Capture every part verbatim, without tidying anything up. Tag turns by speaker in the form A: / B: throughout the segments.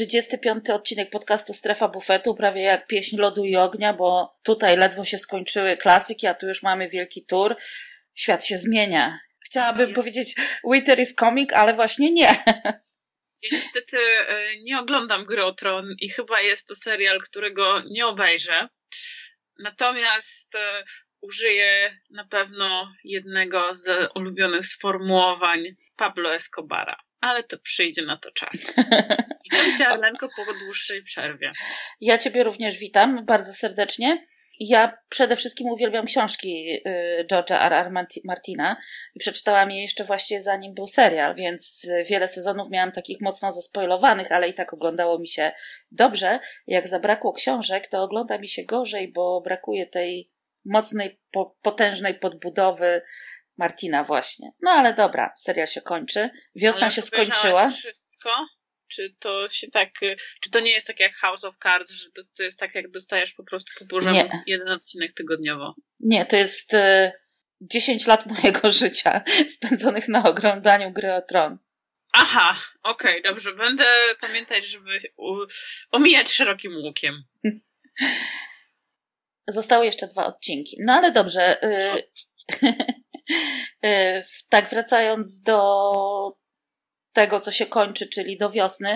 A: trzydziesty piąty odcinek podcastu Strefa Bufetu, prawie jak pieśń lodu i ognia, bo tutaj ledwo się skończyły klasyki, a tu już mamy wielki tour. Świat się zmienia. Chciałabym jest. powiedzieć Winter is coming, ale właśnie nie.
B: Ja niestety nie oglądam Gry o Tron i chyba jest to serial, którego nie obejrzę. Natomiast użyję na pewno jednego z ulubionych sformułowań Pablo Escobara. Ale to przyjdzie na to czas. Witam Cię, Arlenko, po dłuższej przerwie.
A: Ja Ciebie również witam bardzo serdecznie. Ja przede wszystkim uwielbiam książki George'a R R. Martina i przeczytałam je jeszcze właśnie zanim był serial, więc wiele sezonów miałam takich mocno zaspoilowanych, ale i tak oglądało mi się dobrze. Jak zabrakło książek, to ogląda mi się gorzej, bo brakuje tej mocnej, po, potężnej podbudowy Martina właśnie. No ale dobra, serial się kończy. Wiosna
B: ale
A: się skończyła.
B: Wszystko? Czy to się tak, czy to nie jest tak jak House of Cards, że to, to jest tak jak dostajesz po prostu po bożemu jeden odcinek tygodniowo?
A: Nie, to jest y, dziesięć lat mojego życia spędzonych na oglądaniu Gry o Tron.
B: Aha, okej, okay, dobrze. Będę pamiętać, żeby u, omijać szerokim łukiem.
A: Zostały jeszcze dwa odcinki. No ale dobrze. Y, y, tak, wracając do tego, co się kończy, czyli do wiosny.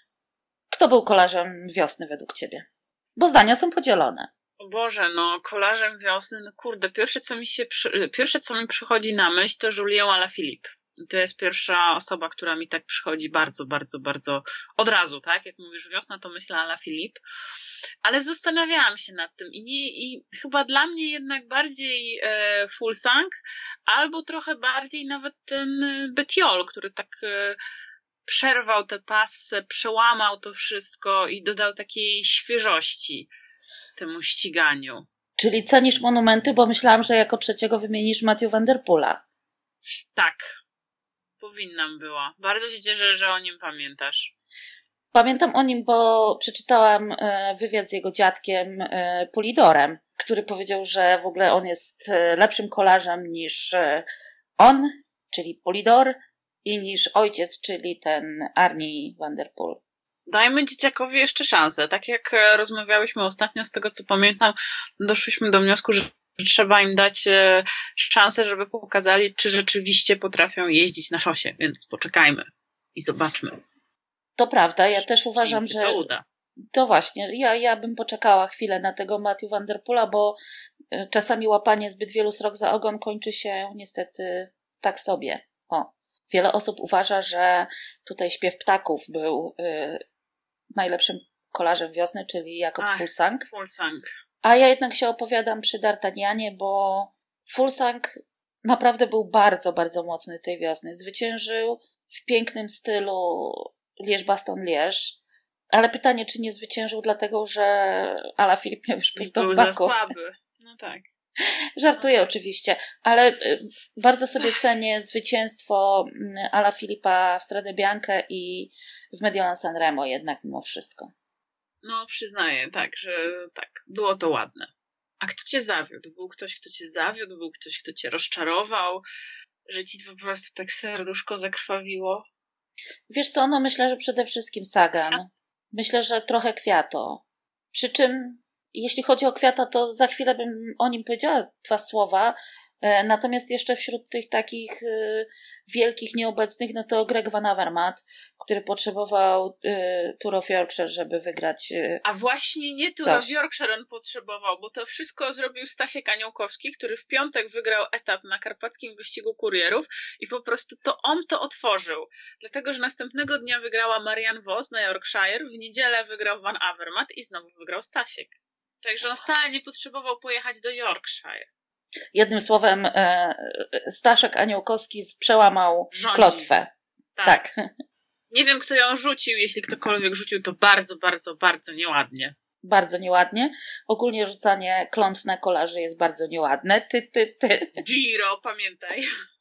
A: Kto był kolarzem wiosny według Ciebie? Bo zdania są podzielone.
B: O Boże, no kolarzem wiosny, no kurde, pierwsze co mi się, przy, pierwsze co mi przychodzi na myśl to Julien Alaphilippe. To jest pierwsza osoba, która mi tak przychodzi bardzo, bardzo, bardzo od razu, tak? Jak mówisz wiosna, to myślę Alaphilippe. Ale zastanawiałam się nad tym i, nie, i chyba dla mnie jednak bardziej e, Fulsang, albo trochę bardziej nawet ten Betiol, który tak e, przerwał tę passę, przełamał to wszystko i dodał takiej świeżości temu ściganiu.
A: Czyli cenisz monumenty, bo myślałam, że jako trzeciego wymienisz Matthew Van Der Poola.
B: Tak, powinnam była. Bardzo się cieszę, że o nim pamiętasz.
A: Pamiętam o nim, bo przeczytałam wywiad z jego dziadkiem Polidorem, który powiedział, że w ogóle on jest lepszym kolarzem niż on, czyli Polidor, i niż ojciec, czyli ten Arnie Van Der Poel.
B: Dajmy dzieciakowi jeszcze szansę. Tak jak rozmawiałyśmy ostatnio, z tego co pamiętam, doszliśmy do wniosku, że trzeba im dać szansę, żeby pokazali, czy rzeczywiście potrafią jeździć na szosie, więc poczekajmy i zobaczmy.
A: To prawda, ja też uważam, że...
B: To uda.
A: To właśnie, ja, ja bym poczekała chwilę na tego Matthew Van Der Poola, bo czasami łapanie zbyt wielu srok za ogon kończy się niestety tak sobie. O. Wiele osób uważa, że tutaj śpiew ptaków był y, najlepszym kolarzem wiosny, czyli Jakob Fulsang.
B: Fulsang.
A: A ja jednak się opowiadam przy D'Artagnanie, bo Fulsang naprawdę był bardzo, bardzo mocny tej wiosny. Zwyciężył w pięknym stylu Liège-Bastogne-Liège, ale pytanie, czy nie zwyciężył dlatego, że Alaphilippe miał już pusto w baku.
B: Był za słaby. No tak.
A: Żartuję oczywiście, ale bardzo sobie cenię zwycięstwo Alaphilippe'a w Stradę Bianche i w Mediolan Sanremo jednak mimo wszystko.
B: No przyznaję, tak, że tak, było to ładne. A kto cię zawiódł? Był ktoś, kto cię zawiódł? Był ktoś, kto cię rozczarował? Że ci po prostu tak serduszko zakrwawiło?
A: Wiesz co, no myślę, że przede wszystkim Sagan. Myślę, że trochę Kwiato. Przy czym jeśli chodzi o Kwiata, to za chwilę bym o nim powiedziała dwa słowa. Natomiast jeszcze wśród tych takich wielkich nieobecnych, no to Greg Van Avermaet, który potrzebował Tour of Yorkshire, żeby wygrać
B: A właśnie nie Tour of Yorkshire on potrzebował, bo to wszystko zrobił Stasiek Aniołkowski, który w piątek wygrał etap na karpackim wyścigu kurierów i po prostu to on to otworzył. Dlatego, że następnego dnia wygrała Marianne Vos na Yorkshire, w niedzielę wygrał Van Avermaet i znowu wygrał Stasiek. Także on wcale nie potrzebował pojechać do Yorkshire.
A: Jednym słowem, Staszek Aniołkowski przełamał
B: Rządzi.
A: klotwę.
B: Tak.
A: tak.
B: Nie wiem, kto ją rzucił. Jeśli ktokolwiek rzucił, to bardzo, bardzo, bardzo nieładnie.
A: Bardzo nieładnie. Ogólnie rzucanie klątw na kolarzy jest bardzo nieładne. Ty, ty, ty.
B: Giro, pamiętaj.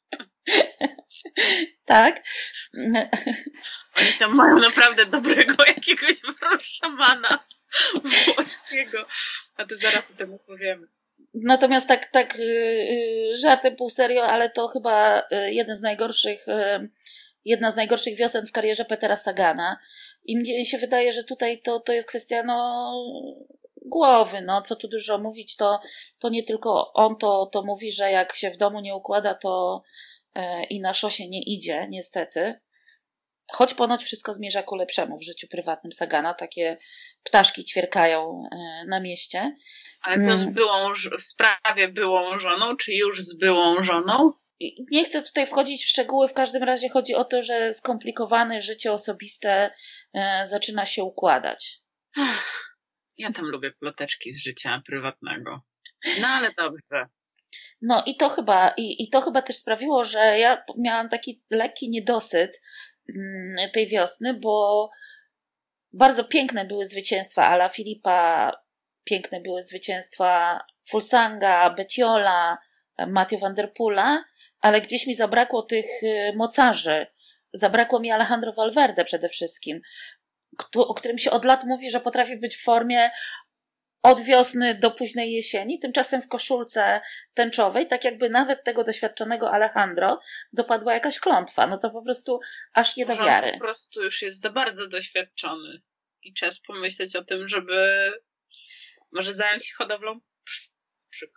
A: tak.
B: Oni tam mają naprawdę dobrego jakiegoś szamana włoskiego. A to zaraz o tym opowiemy.
A: Natomiast tak, tak yy, żartem pół serio, ale to chyba yy, jeden z najgorszych, yy, jedna z najgorszych wiosen w karierze Petera Sagana. I mnie się wydaje, że tutaj to, to jest kwestia no, głowy, no co tu dużo mówić, to, to nie tylko on to, to mówi, że jak się w domu nie układa, to e, i na szosie nie idzie, niestety. Choć ponoć wszystko zmierza ku lepszemu w życiu prywatnym Sagana, takie ptaszki ćwierkają e, na mieście.
B: Ale to z byłą, w sprawie byłą żoną, czy już z byłą żoną?
A: Nie chcę tutaj wchodzić w szczegóły, w każdym razie chodzi o to, że skomplikowane życie osobiste e, zaczyna się układać.
B: Ja tam lubię ploteczki z życia prywatnego. No ale dobrze.
A: No i to chyba, i, i to chyba też sprawiło, że ja miałam taki lekki niedosyt mm, tej wiosny, bo bardzo piękne były zwycięstwa Ala Filipa, piękne były zwycięstwa Fulsanga, Betiola, Mathieu van der Poola, ale gdzieś mi zabrakło tych mocarzy. Zabrakło mi Alejandro Valverde przede wszystkim, o którym się od lat mówi, że potrafi być w formie od wiosny do późnej jesieni, tymczasem w koszulce tęczowej, tak jakby nawet tego doświadczonego Alejandro dopadła jakaś klątwa. No to po prostu aż nie do wiary.
B: On po prostu już jest za bardzo doświadczony i czas pomyśleć o tym, żeby może zająć się hodowlą pszczół.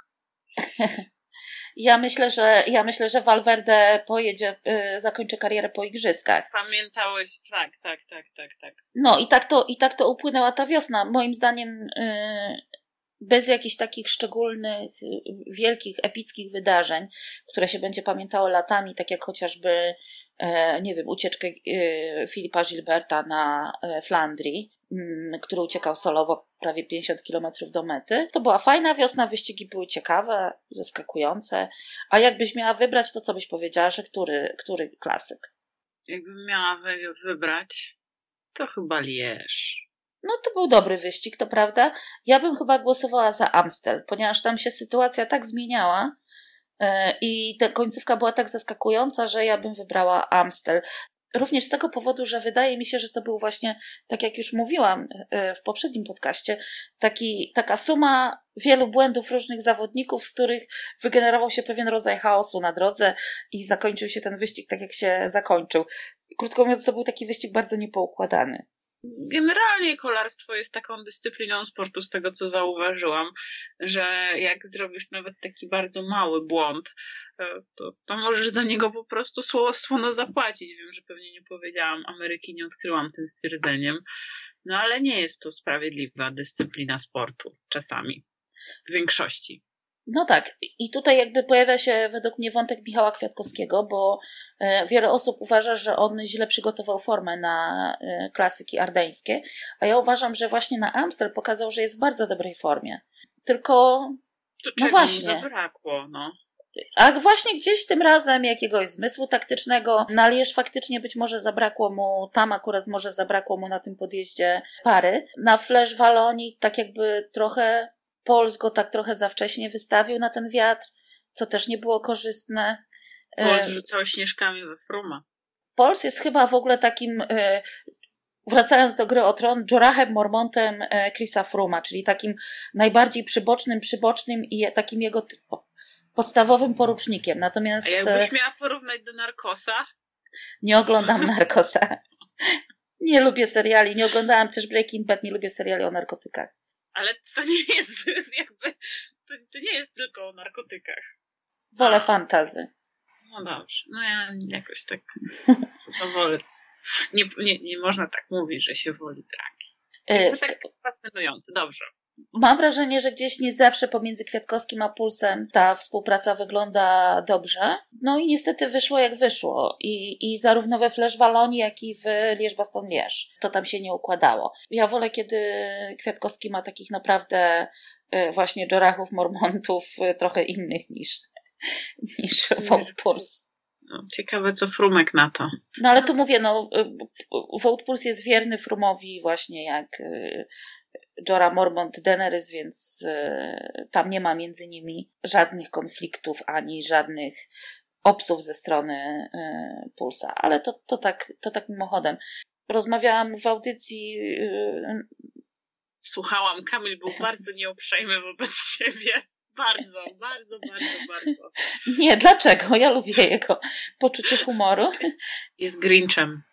A: Ja myślę, że ja myślę, że Valverde pojedzie, yy, zakończy karierę po igrzyskach.
B: Pamiętałeś, tak, tak, tak, tak, tak.
A: No i tak to, i tak to upłynęła ta wiosna. Moim zdaniem yy, bez jakichś takich szczególnych, yy, wielkich, epickich wydarzeń, które się będzie pamiętało latami, tak jak chociażby yy, nie wiem, ucieczkę yy, Filipa Gilberta na yy, Flandrii, yy, który uciekał solowo prawie pięćdziesiąt kilometrów do mety. To była fajna wiosna, wyścigi były ciekawe, zaskakujące. A jakbyś miała wybrać, to co byś powiedziała, że który, który klasyk?
B: Jakbym miała wy- wybrać, to chyba Lierz.
A: No to był dobry wyścig, to prawda. Ja bym chyba głosowała za Amstel, ponieważ tam się sytuacja tak zmieniała yy, i ta końcówka była tak zaskakująca, że ja bym wybrała Amstel. Również z tego powodu, że wydaje mi się, że to był właśnie, tak jak już mówiłam w poprzednim podcaście, taki, taka suma wielu błędów różnych zawodników, z których wygenerował się pewien rodzaj chaosu na drodze i zakończył się ten wyścig tak, jak się zakończył. Krótko mówiąc, to był taki wyścig bardzo niepoukładany.
B: Generalnie kolarstwo jest taką dyscypliną sportu, z tego co zauważyłam, że jak zrobisz nawet taki bardzo mały błąd, to, to możesz za niego po prostu słowo słono zapłacić. Wiem, że pewnie nie powiedziałam Ameryki, nie odkryłam tym stwierdzeniem, no ale nie jest to sprawiedliwa dyscyplina sportu czasami, w większości.
A: No tak, i tutaj jakby pojawia się według mnie wątek Michała Kwiatkowskiego, bo wiele osób uważa, że on źle przygotował formę na klasyki ardeńskie, a ja uważam, że właśnie na Amstel pokazał, że jest w bardzo dobrej formie. Tylko,
B: to
A: no właśnie.
B: Zabrakło, no.
A: A właśnie gdzieś tym razem jakiegoś zmysłu taktycznego, na Lierz faktycznie być może zabrakło mu, tam akurat może zabrakło mu na tym podjeździe pary. Na Flèche Wallonii tak jakby trochę Pols go tak trochę za wcześnie wystawił na ten wiatr, co też nie było korzystne.
B: Pols rzucał śnieżkami we Fruma.
A: Pols jest chyba w ogóle takim, wracając do gry o tron, Jorahem Mormontem Chrisa Frooma, czyli takim najbardziej przybocznym, przybocznym i takim jego podstawowym porucznikiem. Natomiast
B: a jakbyś miała porównać do Narcosa?
A: Nie oglądam Narcosa. Nie lubię seriali, nie oglądałam też Breaking Bad, nie lubię seriali o narkotykach.
B: Ale to nie jest jakby, to, to nie jest tylko o narkotykach.
A: Wolę A. fantazy.
B: No dobrze, no ja jakoś tak wolę. Nie, nie, nie można tak mówić, że się woli dragi. Jakby w... tak fascynujące, dobrze.
A: Mam wrażenie, że gdzieś nie zawsze pomiędzy Kwiatkowskim a Pulsem ta współpraca wygląda dobrze. No i niestety wyszło jak wyszło. I, i zarówno we Flèche Wallonii, jak i w Liège-Bastogne-Liège to tam się nie układało. Ja wolę, kiedy Kwiatkowski ma takich naprawdę właśnie Jorachów, Mormontów trochę innych niż, niż Wout Puls.
B: No, ciekawe, co Frumek na to.
A: No ale tu mówię, no Wout Puls jest wierny Frumowi właśnie jak Jorah Mormont Daenerys, więc y, tam nie ma między nimi żadnych konfliktów, ani żadnych obsów ze strony y, Pulsa. Ale to, to, tak, to tak mimochodem. Rozmawiałam w audycji... Y,
B: Słuchałam, Kamil był bardzo nieuprzejmy wobec siebie. Bardzo, bardzo, bardzo, bardzo.
A: Nie, dlaczego? Ja lubię jego poczucie humoru.
B: Jest, jest Grinchem.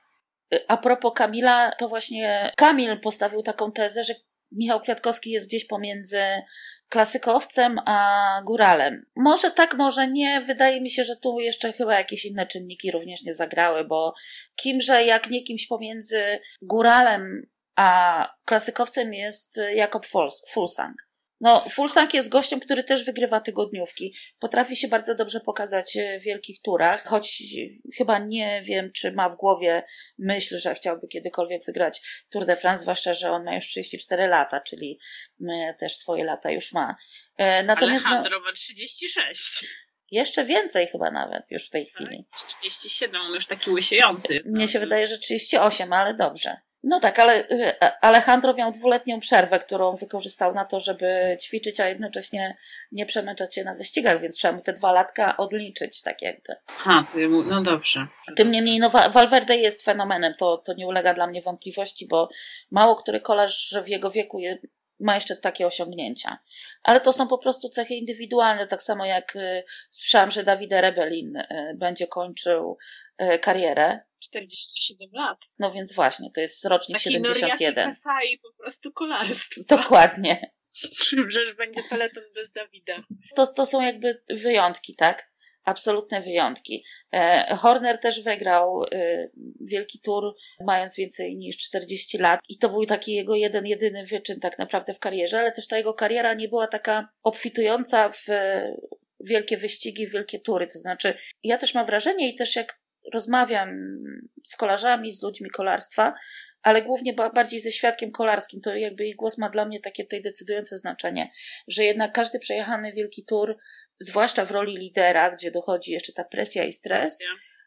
A: A propos Kamila, to właśnie Kamil postawił taką tezę, że Michał Kwiatkowski jest gdzieś pomiędzy klasykowcem a góralem. Może tak, może nie. Wydaje mi się, że tu jeszcze chyba jakieś inne czynniki również nie zagrały, bo kimże jak nie kimś pomiędzy góralem a klasykowcem jest Jakob Fuglsang. No, Fuglsang jest gościem, który też wygrywa tygodniówki. Potrafi się bardzo dobrze pokazać w wielkich turach, choć chyba nie wiem, czy ma w głowie myśl, że chciałby kiedykolwiek wygrać Tour de France, zwłaszcza, że on ma już trzydzieści cztery lata, czyli też swoje lata już ma.
B: Natomiast Alejandro ma trzydzieści sześć.
A: Jeszcze więcej chyba nawet już w tej chwili.
B: trzydzieści siedem, on już taki łysiejący jest.
A: Mnie się wydaje, że trzydzieści osiem, ale dobrze. No tak, ale Alejandro miał dwuletnią przerwę, którą wykorzystał na to, żeby ćwiczyć, a jednocześnie nie przemęczać się na wyścigach, więc trzeba mu te dwa latka odliczyć, tak jakby.
B: Ha, to jemu, no dobrze.
A: Tym niemniej, no Valverde jest fenomenem, to, to nie ulega dla mnie wątpliwości, bo mało który kolarz w jego wieku je, ma jeszcze takie osiągnięcia. Ale to są po prostu cechy indywidualne, tak samo jak y, słyszałam, że Davide Rebellin y, będzie kończył y, karierę.
B: czterdzieści siedem lat.
A: No więc właśnie, to jest rocznik
B: taki
A: siedemdziesiąt jeden.
B: Taki Kasai po prostu kolarstwo.
A: Dokładnie.
B: Przecież będzie peleton bez Dawida.
A: To, to są jakby wyjątki, tak? Absolutne wyjątki. E, Horner też wygrał e, wielki tour, mając więcej niż czterdzieści lat i to był taki jego jeden, jedyny wyczyn tak naprawdę w karierze, ale też ta jego kariera nie była taka obfitująca w wielkie wyścigi, w wielkie tury. To znaczy, ja też mam wrażenie i też jak rozmawiam z kolarzami, z ludźmi kolarstwa, ale głównie bardziej ze świadkiem kolarskim, to jakby ich głos ma dla mnie takie tutaj decydujące znaczenie, że jednak każdy przejechany wielki tour, zwłaszcza w roli lidera, gdzie dochodzi jeszcze ta presja i stres,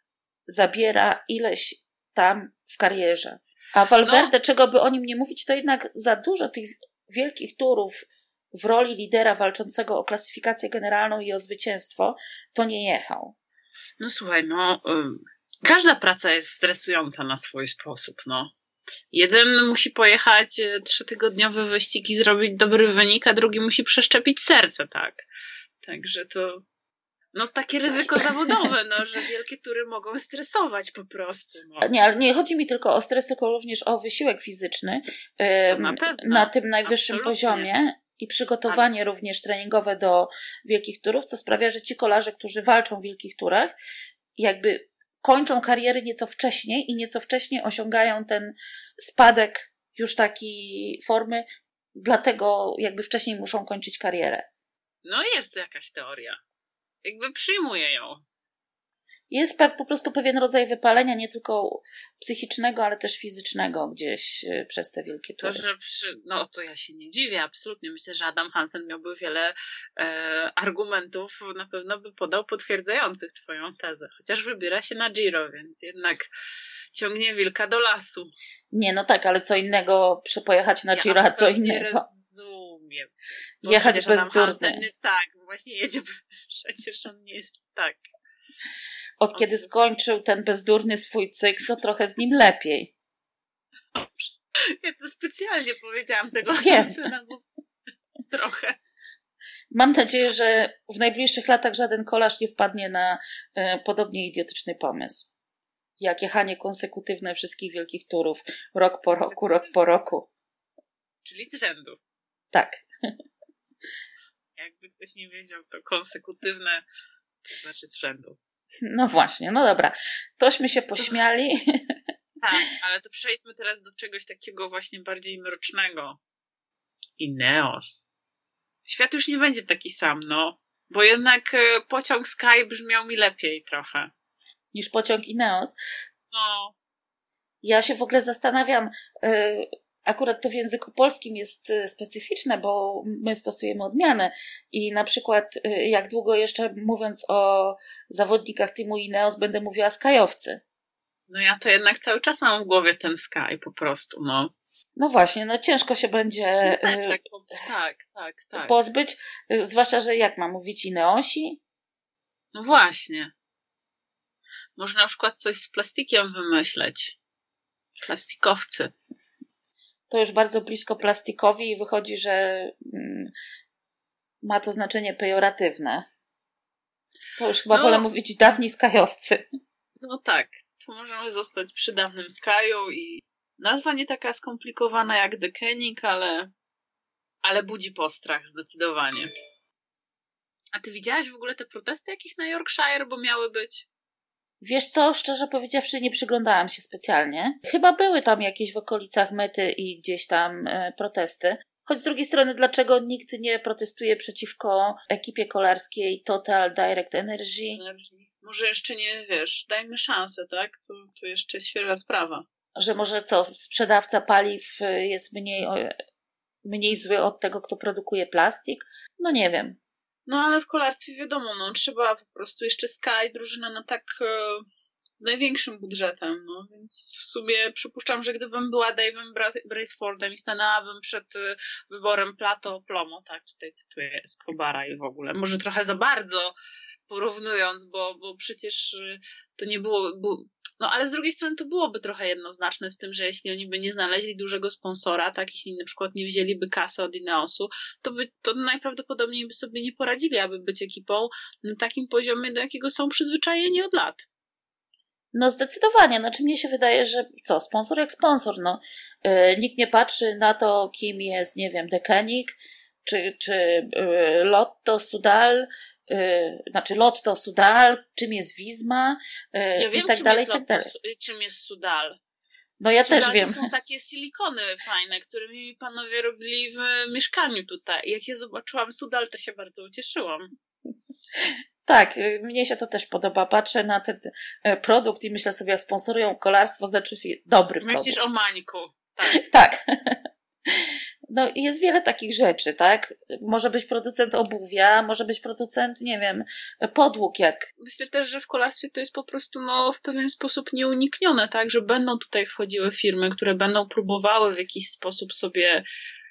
A: zabiera ileś tam w karierze. A Valverde, no. czego by o nim nie mówić, to jednak za dużo tych wielkich turów w roli lidera walczącego o klasyfikację generalną i o zwycięstwo, to nie jechał.
B: No słuchaj, no y, każda praca jest stresująca na swój sposób, no. Jeden musi pojechać trzytygodniowy wyścig i zrobić dobry wynik, a drugi musi przeszczepić serce, tak. Także to, no takie ryzyko zawodowe, no, że wielkie tury mogą stresować po prostu. No.
A: Nie, ale nie chodzi mi tylko o stres, tylko również o wysiłek fizyczny yy,
B: na,
A: na tym najwyższym absolutnie. poziomie i przygotowanie ale... również treningowe do wielkich turów, co sprawia, że ci kolarze, którzy walczą w wielkich turach, jakby kończą kariery nieco wcześniej i nieco wcześniej osiągają ten spadek już takiej formy, dlatego jakby wcześniej muszą kończyć karierę.
B: No jest to jakaś teoria. Jakby przyjmuję ją.
A: Jest pe- po prostu pewien rodzaj wypalenia, nie tylko psychicznego, ale też fizycznego gdzieś przez te wielkie tury.
B: To, że przy... No to ja się nie dziwię, absolutnie. Myślę, że Adam Hansen miałby wiele e, argumentów, na pewno by podał potwierdzających twoją tezę. Chociaż wybiera się na Giro, więc jednak ciągnie wilka do lasu.
A: Nie, no tak, ale co innego przy pojechać na
B: ja
A: Giro, a co innego.
B: Rozumiem. Bo
A: jechać bezdurny.
B: Tak, właśnie jedzie, przecież on nie jest tak.
A: Od on kiedy skończył ten bezdurny swój cykl, to trochę z nim lepiej.
B: Ja to specjalnie powiedziałam tego syna, bo trochę.
A: Mam nadzieję, że w najbliższych latach żaden kolarz nie wpadnie na e, podobnie idiotyczny pomysł. Jak jechanie konsekutywne wszystkich wielkich turów. Rok po roku, rok po roku.
B: Czyli z rzędu.
A: Tak.
B: Jakby ktoś nie wiedział, to konsekutywne to znaczy z rzędu.
A: No właśnie, no dobra. Tośmy się pośmiali.
B: Tak, ale to przejdźmy teraz do czegoś takiego właśnie bardziej mrocznego. Ineos. Świat już nie będzie taki sam, no. Bo jednak pociąg Sky brzmiał mi lepiej trochę.
A: Niż pociąg Ineos.
B: No.
A: Ja się w ogóle zastanawiam, yy, akurat to w języku polskim jest specyficzne, bo my stosujemy odmianę i na przykład yy, jak długo jeszcze mówiąc o zawodnikach teamu Ineos będę mówiła skajowcy.
B: No ja to jednak cały czas mam w głowie ten Sky po prostu, no.
A: No właśnie, no ciężko się będzie
B: Znaczek, tak, tak, tak.
A: pozbyć, yy, zwłaszcza, że jak mam mówić Ineosi?
B: No właśnie. Można na przykład coś z plastikiem wymyśleć. Plastikowcy.
A: To już bardzo blisko plastikowi i wychodzi, że mm, ma to znaczenie pejoratywne. To już chyba no, wolę mówić dawni skajowcy.
B: No tak, łatwo możemy zostać przy dawnym Sky'u i nazwa nie taka skomplikowana jak The Koenig, ale, ale budzi postrach zdecydowanie. A ty widziałaś w ogóle te protesty jakieś na Yorkshire, bo miały być?
A: Wiesz co, szczerze powiedziawszy, nie przyglądałam się specjalnie. Chyba były tam jakieś w okolicach Mety i gdzieś tam e, protesty. Choć z drugiej strony, dlaczego nikt nie protestuje przeciwko ekipie kolarskiej Total Direct Energy?
B: Energy. Może jeszcze nie, wiesz, dajmy szansę, tak? To, to jeszcze świeża sprawa.
A: Że może co, sprzedawca paliw jest mniej, mniej zły od tego, kto produkuje plastik? No nie wiem.
B: No ale w kolarstwie wiadomo, no trzeba po prostu jeszcze Sky, drużyna na tak e, z największym budżetem, no więc w sumie przypuszczam, że gdybym była Dave'em Bracefordem i stanęłabym przed e, wyborem Plato Plomo, tak, tutaj cytuję Escobara i w ogóle, może trochę za bardzo porównując, bo, bo przecież e, to nie było, było no ale z drugiej strony to byłoby trochę jednoznaczne z tym, że jeśli oni by nie znaleźli dużego sponsora, tak, jeśli na przykład nie wzięliby kasy od Ineosu, to by to najprawdopodobniej by sobie nie poradzili, aby być ekipą na takim poziomie, do jakiego są przyzwyczajeni od lat.
A: No zdecydowanie, znaczy mnie się wydaje, że co, sponsor jak sponsor, no. Yy, nikt nie patrzy na to, kim jest, nie wiem, The Koenig, czy, czy yy, Lotto, Soudal, Yy, znaczy Lotto, Soudal, czym jest Visma yy,
B: ja wiem,
A: i tak
B: czym
A: dalej,
B: jest
A: i tak dalej.
B: Lotto, czym jest Soudal.
A: No ja
B: Soudal
A: też wiem.
B: To są takie silikony fajne, którymi mi panowie robili w mieszkaniu tutaj. Jak ja zobaczyłam Soudal, to się bardzo ucieszyłam.
A: Tak, mnie się to też podoba. Patrzę na ten produkt i myślę sobie, jak sponsorują kolarstwo, znaczy się dobry produkt.
B: Myślisz o Mańku. Tak.
A: Tak. No i jest wiele takich rzeczy, tak? Może być producent obuwia, może być producent, nie wiem, podłóg jak.
B: Myślę też, że w kolarstwie to jest po prostu no, w pewien sposób nieuniknione, tak? Że będą tutaj wchodziły firmy, które będą próbowały w jakiś sposób sobie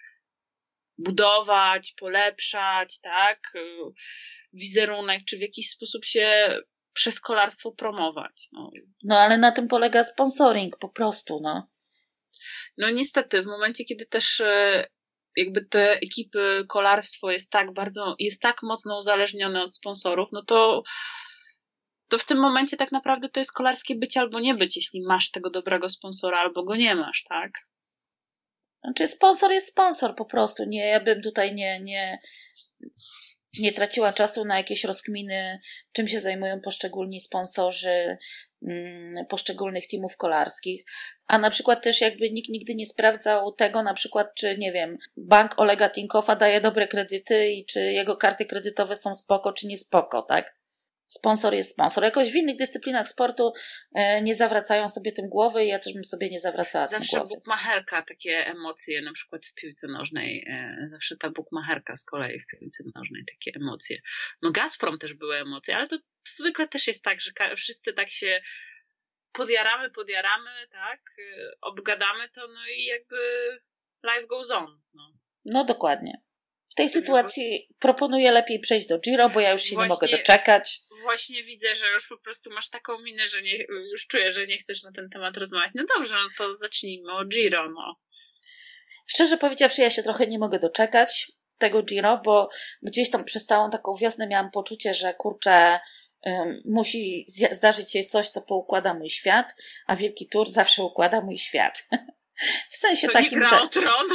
B: budować, polepszać, tak? Wizerunek, czy w jakiś sposób się przez kolarstwo promować. No,
A: no ale na tym polega sponsoring po prostu, no.
B: No niestety, w momencie, kiedy też jakby te ekipy, kolarstwo jest tak bardzo, jest tak mocno uzależnione od sponsorów, no to, to w tym momencie tak naprawdę to jest kolarskie być albo nie być, jeśli masz tego dobrego sponsora, albo go nie masz, tak?
A: Znaczy sponsor jest sponsor po prostu, nie, ja bym tutaj nie, nie, nie traciła czasu na jakieś rozkminy, czym się zajmują poszczególni sponsorzy mm, poszczególnych teamów kolarskich. A na przykład też jakby nikt nigdy nie sprawdzał tego, na przykład czy, nie wiem, bank Olega Tinkoffa daje dobre kredyty i czy jego karty kredytowe są spoko, czy nie spoko, tak? Sponsor jest sponsor. Jakoś w innych dyscyplinach sportu e, nie zawracają sobie tym głowy i ja też bym sobie nie zawracała
B: zawsze
A: tym głowy.
B: Zawsze bukmacherka takie emocje, na przykład w piłce nożnej, e, zawsze ta bukmacherka z kolei w piłce nożnej takie emocje. No Gazprom też były emocje, ale to zwykle też jest tak, że ka- wszyscy tak się podjaramy, podjaramy, tak, e, obgadamy to, no i jakby life goes on. No,
A: no dokładnie. W tej sytuacji proponuję lepiej przejść do Giro, bo ja już się
B: właśnie,
A: nie mogę doczekać.
B: Właśnie widzę, że już po prostu masz taką minę, że nie, już czuję, że nie chcesz na ten temat rozmawiać. No dobrze, no to zacznijmy o Giro, no.
A: Szczerze powiedziawszy, ja się trochę nie mogę doczekać tego Giro, bo gdzieś tam przez całą taką wiosnę miałam poczucie, że kurczę, um, musi zdarzyć się coś, co poukłada mój świat, a Wielki Tour zawsze układa mój świat. W sensie
B: to
A: takim,
B: nie gra
A: że...
B: o tron.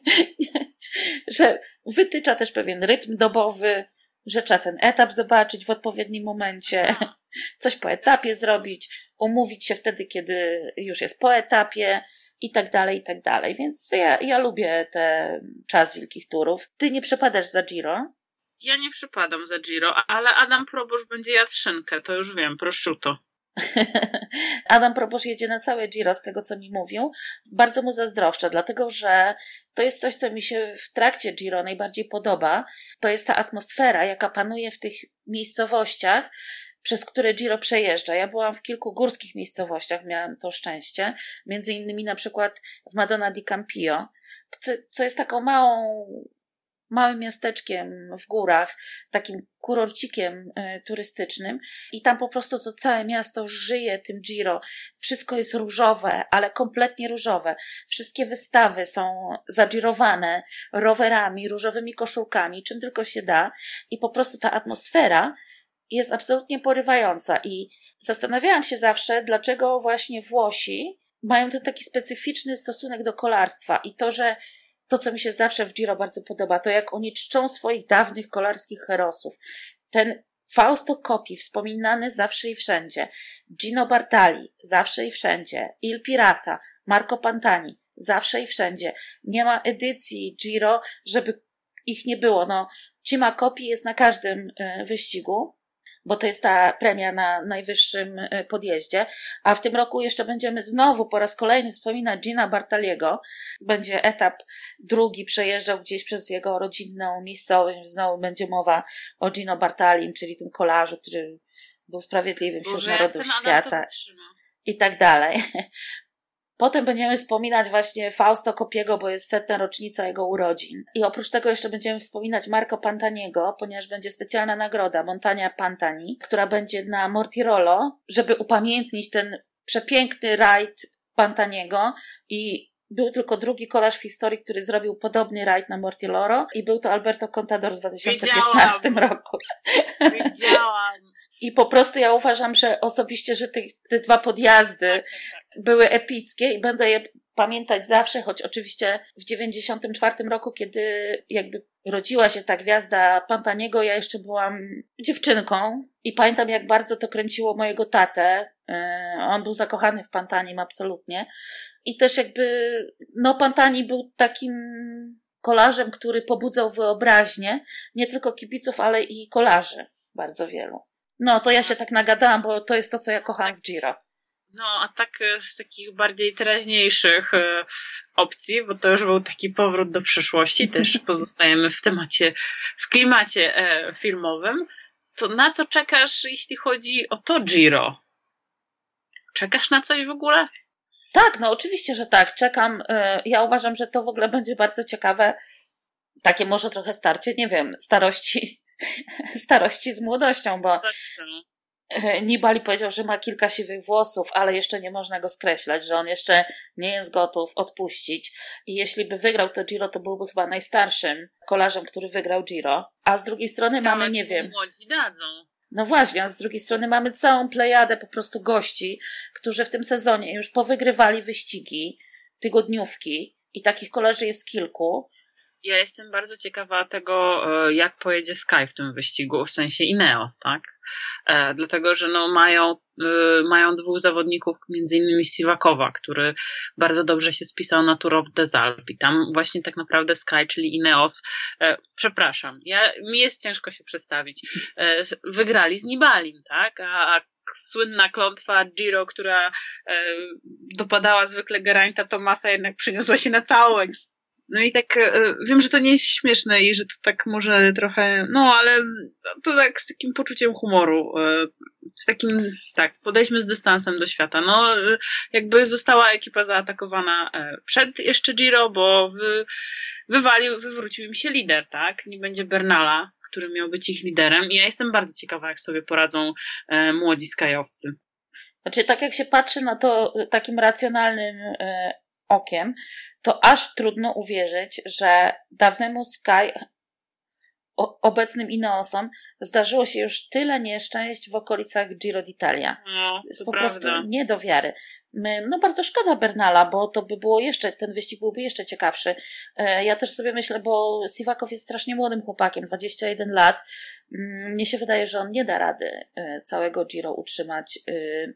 A: że wytycza też pewien rytm dobowy, że trzeba ten etap zobaczyć w odpowiednim momencie, coś po etapie zrobić, umówić się wtedy, kiedy już jest po etapie i tak dalej, i tak dalej. Więc ja, ja lubię ten czas wielkich turów. Ty nie przepadasz za Giro?
B: Ja nie przypadam za Giro, ale Adam Probosz będzie jadł szynkę, to już wiem, prosciutto.
A: Adam Probosz jedzie na całe Giro, z tego co mi mówił. Bardzo mu zazdroszczę, dlatego że to jest coś, co mi się w trakcie Giro najbardziej podoba. To jest ta atmosfera, jaka panuje w tych miejscowościach, przez które Giro przejeżdża. Ja byłam w kilku górskich miejscowościach, miałam to szczęście. Między innymi na przykład w Madonna di Campio, co jest taką małą małym miasteczkiem w górach, takim kurorcikiem y, turystycznym i tam po prostu to całe miasto żyje tym Giro. Wszystko jest różowe, ale kompletnie różowe. Wszystkie wystawy są zagirowane rowerami, różowymi koszulkami, czym tylko się da i po prostu ta atmosfera jest absolutnie porywająca i zastanawiałam się zawsze, dlaczego właśnie Włosi mają ten taki specyficzny stosunek do kolarstwa i to, że to, co mi się zawsze w Giro bardzo podoba, to jak oni czczą swoich dawnych kolarskich herosów. Ten Fausto Coppi, wspominany zawsze i wszędzie, Gino Bartali, zawsze i wszędzie, Il Pirata, Marco Pantani, zawsze i wszędzie. Nie ma edycji Giro, żeby ich nie było. No, Cima Coppi jest na każdym wyścigu, bo to jest ta premia na najwyższym podjeździe, a w tym roku jeszcze będziemy znowu po raz kolejny wspominać Gina Bartaliego. Będzie etap drugi, przejeżdżał gdzieś przez jego rodzinną miejscowość, znowu będzie mowa o Gino Bartalim, czyli tym kolarzu, który był sprawiedliwym wśród narodów świata i tak dalej. Potem będziemy wspominać właśnie Fausto Coppiego, bo jest setna rocznica jego urodzin. I oprócz tego jeszcze będziemy wspominać Marco Pantaniego, ponieważ będzie specjalna nagroda Montagna Pantani, która będzie na Mortirolo, żeby upamiętnić ten przepiękny rajd Pantaniego. I był tylko drugi kolarz w historii, który zrobił podobny rajd na Mortirolo i był to Alberto Contador w dwa tysiące piętnastym
B: Widziałam.
A: roku.
B: Widziałam.
A: I po prostu ja uważam, że osobiście, że te, te dwa podjazdy były epickie i będę je pamiętać zawsze, choć oczywiście w dziewięćdziesiątym czwartym roku, kiedy jakby rodziła się ta gwiazda Pantaniego, ja jeszcze byłam dziewczynką i pamiętam, jak bardzo to kręciło mojego tatę. On był zakochany w Pantanim absolutnie i też jakby, no Pantani był takim kolarzem, który pobudzał wyobraźnię nie tylko kibiców, ale i kolarzy bardzo wielu. No, to ja się tak nagadałam, bo to jest to, co ja kocham w Giro.
B: No, a tak z takich bardziej teraźniejszych e, opcji, bo to już był taki powrót do przeszłości, też pozostajemy w temacie, w klimacie e, filmowym, to na co czekasz, jeśli chodzi o to Giro? Czekasz na coś w ogóle?
A: Tak, no oczywiście, że tak. Czekam. E, ja uważam, że to w ogóle będzie bardzo ciekawe. Takie może trochę starcie, nie wiem, starości starości z młodością, bo Nibali powiedział, że ma kilka siwych włosów, ale jeszcze nie można go skreślać, że on jeszcze nie jest gotów odpuścić i jeśli by wygrał to Giro, to byłby chyba najstarszym kolarzem, który wygrał Giro, a z drugiej strony
B: Ciekawe,
A: mamy, nie wiem,
B: młodzi dadzą.
A: No właśnie, a z drugiej strony mamy całą plejadę po prostu gości, którzy w tym sezonie już powygrywali wyścigi, tygodniówki i takich kolarzy jest kilku.
B: Ja jestem bardzo ciekawa tego, jak pojedzie Sky w tym wyścigu, w sensie Ineos, tak? E, dlatego, że no mają, y, mają dwóch zawodników, między innymi Sivakowa, który bardzo dobrze się spisał na Tour of the Alp i tam właśnie tak naprawdę Sky, czyli Ineos, e, przepraszam, ja, mi jest ciężko się przedstawić, e, wygrali z Nibalim, tak? A, a słynna klątwa Giro, która e, dopadała zwykle Geraint'a Thomasa, jednak przyniosła się na całą. No i tak e, wiem, że to nie jest śmieszne i że to tak może trochę, no ale to tak z takim poczuciem humoru, e, z takim, tak, podejdźmy z dystansem do świata. No e, jakby została ekipa zaatakowana e, przed jeszcze Giro, bo wy, wywalił, wywrócił im się lider, tak? Nie będzie Bernala, który miał być ich liderem i ja jestem bardzo ciekawa, jak sobie poradzą e, młodzi skajowcy.
A: Znaczy, tak jak się patrzy na to takim racjonalnym e, okiem, to aż trudno uwierzyć, że dawnemu Sky, o, obecnym Ineosom, zdarzyło się już tyle nieszczęść w okolicach Giro d'Italia.
B: No,
A: jest
B: to
A: po
B: prawda.
A: prostu nie do wiary. My, no bardzo szkoda Bernala, bo to by było jeszcze, ten wyścig byłby jeszcze ciekawszy. E, ja też sobie myślę, bo Sivakow jest strasznie młodym chłopakiem, dwadzieścia jeden lat. Mnie się wydaje, że on nie da rady e, całego Giro utrzymać e,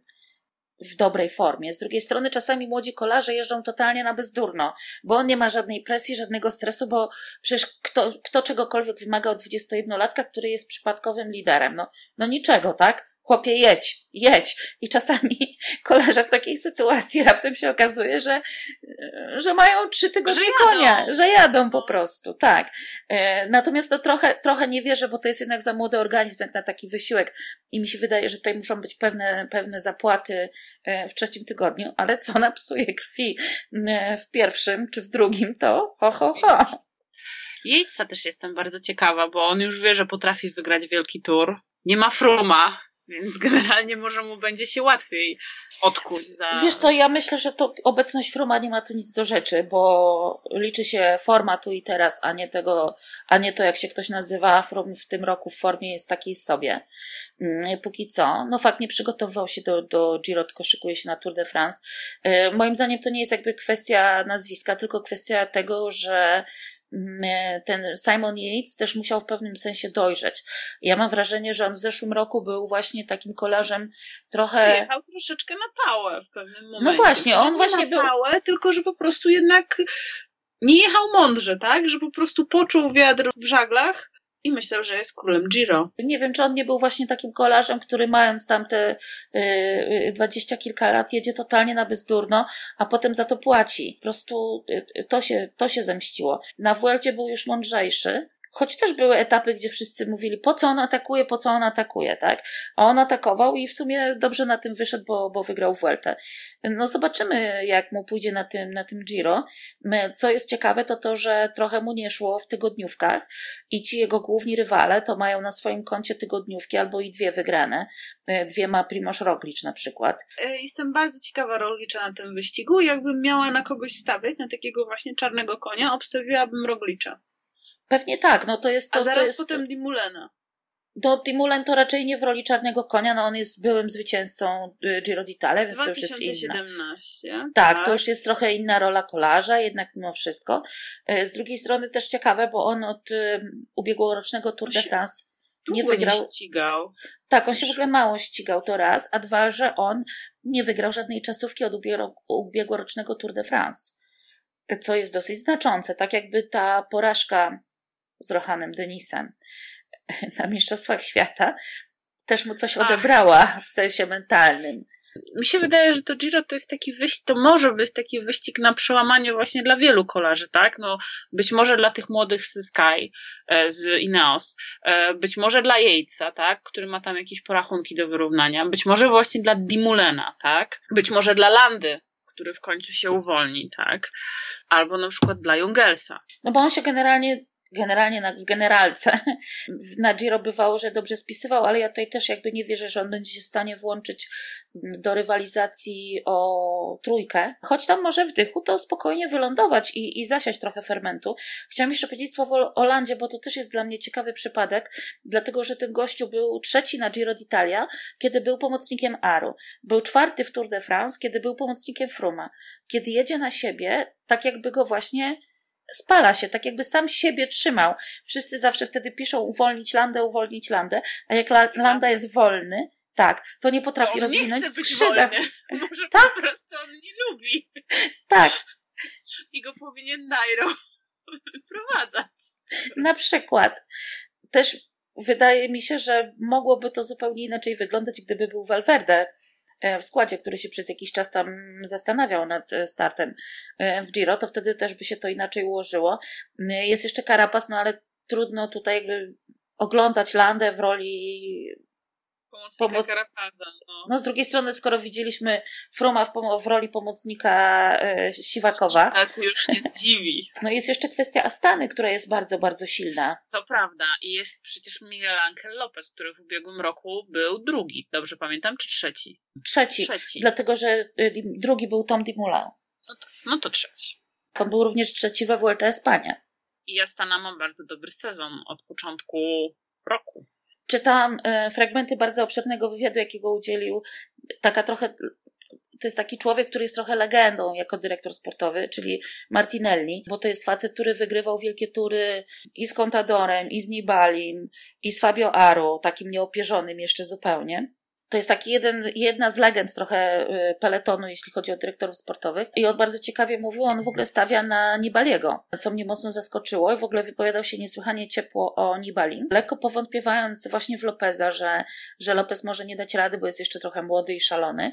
A: w dobrej formie. Z drugiej strony czasami młodzi kolarze jeżdżą totalnie na bezdurno, bo on nie ma żadnej presji, żadnego stresu, bo przecież kto, kto czegokolwiek wymaga od dwudziestojednolatka, który jest przypadkowym liderem? No, no niczego, tak? Chłopie, jedź, jedź. I czasami kolarze w takiej sytuacji raptem się okazuje, że, że mają trzy tygodnie
B: że
A: konia, że jadą po prostu, tak. Natomiast to trochę, trochę nie wierzę, bo to jest jednak za młody organizm jak na taki wysiłek i mi się wydaje, że tutaj muszą być pewne, pewne zapłaty w trzecim tygodniu, ale co napsuje krwi w pierwszym czy w drugim, to ho, ho, ho.
B: Yates też jestem bardzo ciekawa, bo on już wie, że potrafi wygrać wielki tour. Nie ma Frooma, Więc generalnie może mu będzie się łatwiej odkuć za...
A: Wiesz co, ja myślę, że to obecność Frooma nie ma tu nic do rzeczy, bo liczy się forma tu i teraz, a nie tego, a nie to, jak się ktoś nazywa. Froome w tym roku w formie jest takiej sobie. Póki co, no fakt nie przygotowywał się do, do Giro, tylko szykuje się na Tour de France. Moim zdaniem to nie jest jakby kwestia nazwiska, tylko kwestia tego, że ten Simon Yates też musiał w pewnym sensie dojrzeć. Ja mam wrażenie, że on w zeszłym roku był właśnie takim kolarzem trochę...
B: Jechał troszeczkę na pałę w pewnym momencie.
A: No właśnie, on
B: nie
A: właśnie
B: na
A: był...
B: pałę, tylko że po prostu jednak nie jechał mądrze, tak? Że po prostu poczuł wiatr w żaglach i myślał, że jest królem Giro.
A: Nie wiem, czy on nie był właśnie takim kolarzem, który mając tam te y, dwadzieścia kilka lat jedzie totalnie na bezdurno, a potem za to płaci. Po prostu y, to się, to się zemściło. Na Vuelcie był już mądrzejszy, choć też były etapy, gdzie wszyscy mówili, po co on atakuje, po co on atakuje, tak? A on atakował i w sumie dobrze na tym wyszedł, bo, bo wygrał Vueltę. No zobaczymy, jak mu pójdzie na tym, na tym Giro. Co jest ciekawe, to to, że trochę mu nie szło w tygodniówkach i ci jego główni rywale to mają na swoim koncie tygodniówki albo i dwie wygrane. Dwie ma Primož Roglič na przykład.
B: Jestem bardzo ciekawa Roglicza na tym wyścigu. Jakbym miała na kogoś stawiać, na takiego właśnie czarnego konia, obstawiłabym Roglicza.
A: Pewnie tak, no to jest to.
B: A zaraz
A: to jest...
B: potem Dumoulina.
A: Do Dumoulin to raczej nie w roli czarnego konia, no on jest byłym zwycięzcą Giro d'Italia, więc to już jest inna.
B: dwa tysiące siedemnaście
A: Tak, tak, to już jest trochę inna rola kolarza, jednak mimo wszystko. Z drugiej strony też ciekawe, bo on od ubiegłorocznego Tour de France nie wygrał.
B: Nie ścigał.
A: Tak, on się w ogóle mało ścigał, to raz, a dwa, że on nie wygrał żadnej czasówki od ubiegłorocznego Tour de France. Co jest dosyć znaczące, tak jakby ta porażka z Rohanem Denisem na Mistrzostwach Świata też mu coś odebrała Ach. w sensie mentalnym.
B: Mi się wydaje, że to Giro to jest taki wyścig, to może być taki wyścig na przełamaniu właśnie dla wielu kolarzy, tak? No, być może dla tych młodych z Sky, z Ineos, być może dla Yatesa, tak? Który ma tam jakieś porachunki do wyrównania, być może właśnie dla Dumoulina, tak? Być może dla Landy, który w końcu się uwolni, tak? Albo na przykład dla Jungelsa.
A: No bo on się generalnie generalnie na, w generalce na Giro bywało, że dobrze spisywał, ale ja tutaj też jakby nie wierzę, że on będzie się w stanie włączyć do rywalizacji o trójkę, choć tam może w dychu to spokojnie wylądować i, i zasiać trochę fermentu. Chciałam jeszcze powiedzieć słowo o Landzie, bo to też jest dla mnie ciekawy przypadek, dlatego, że ten gościu był trzeci na Giro d'Italia, kiedy był pomocnikiem Aru. Był czwarty w Tour de France, kiedy był pomocnikiem Frooma. Kiedy jedzie na siebie, tak jakby go właśnie spala się, tak jakby sam siebie trzymał. Wszyscy zawsze wtedy piszą uwolnić Landę, uwolnić Landę, a jak La- Landa jest wolny, tak, to nie potrafi
B: on
A: rozwinąć
B: nie chce być
A: skrzydeł.
B: wolny. Może
A: tak?
B: po prostu on nie lubi.
A: Tak.
B: I go powinien Nairo wyprowadzać.
A: Na przykład. Też wydaje mi się, że mogłoby to zupełnie inaczej wyglądać, gdyby był Valverde w składzie, który się przez jakiś czas tam zastanawiał nad startem w Giro, to wtedy też by się to inaczej ułożyło. Jest jeszcze Carapaz, no ale trudno tutaj jakby oglądać Landę w roli
B: pomocnika Pomoc... Carapaza. No.
A: no z drugiej strony, skoro widzieliśmy Frooma w, pom- w roli pomocnika e, Siwakowa.
B: Nas już nie zdziwi.
A: No jest jeszcze kwestia Astany, która jest bardzo, bardzo silna.
B: To prawda. I jest przecież Miguel Ángel López, który w ubiegłym roku był drugi. Dobrze pamiętam, czy trzeci?
A: Trzeci. Trzeci. Dlatego, że y, drugi był Tom Dumoulin.
B: No to, no to trzeci.
A: On był również trzeci we Vuelta Espania.
B: I Astana ma bardzo dobry sezon od początku roku.
A: Czytałam y, fragmenty bardzo obszernego wywiadu, jakiego udzielił taka trochę, to jest taki człowiek, który jest trochę legendą jako dyrektor sportowy, czyli Martinelli, bo to jest facet, który wygrywał wielkie tury i z Contadorem, i z Nibalim, i z Fabio Aru, takim nieopierzonym jeszcze zupełnie. To jest taki jeden, jedna z legend trochę peletonu, jeśli chodzi o dyrektorów sportowych. I on bardzo ciekawie mówił, on w ogóle stawia na Nibaliego, co mnie mocno zaskoczyło i w ogóle wypowiadał się niesłychanie ciepło o Nibalim. Lekko powątpiewając właśnie w Lopeza, że, że Lopez może nie dać rady, bo jest jeszcze trochę młody i szalony.